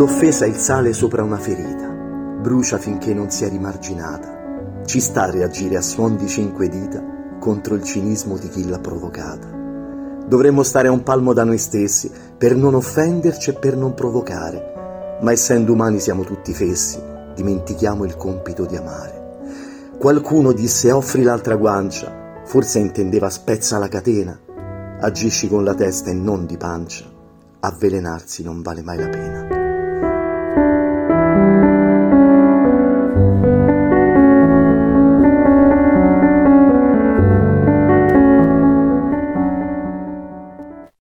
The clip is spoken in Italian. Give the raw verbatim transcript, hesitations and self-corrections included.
L'offesa è il sale sopra una ferita, brucia finché non si è rimarginata. Ci sta a reagire a suon di cinque dita contro il cinismo di chi l'ha provocata. Dovremmo stare a un palmo da noi stessi per non offenderci e per non provocare, ma essendo umani siamo tutti fessi, dimentichiamo il compito di amare. Qualcuno disse offri l'altra guancia, forse intendeva spezza la catena. Agisci con la testa e non di pancia, avvelenarsi non vale mai la pena.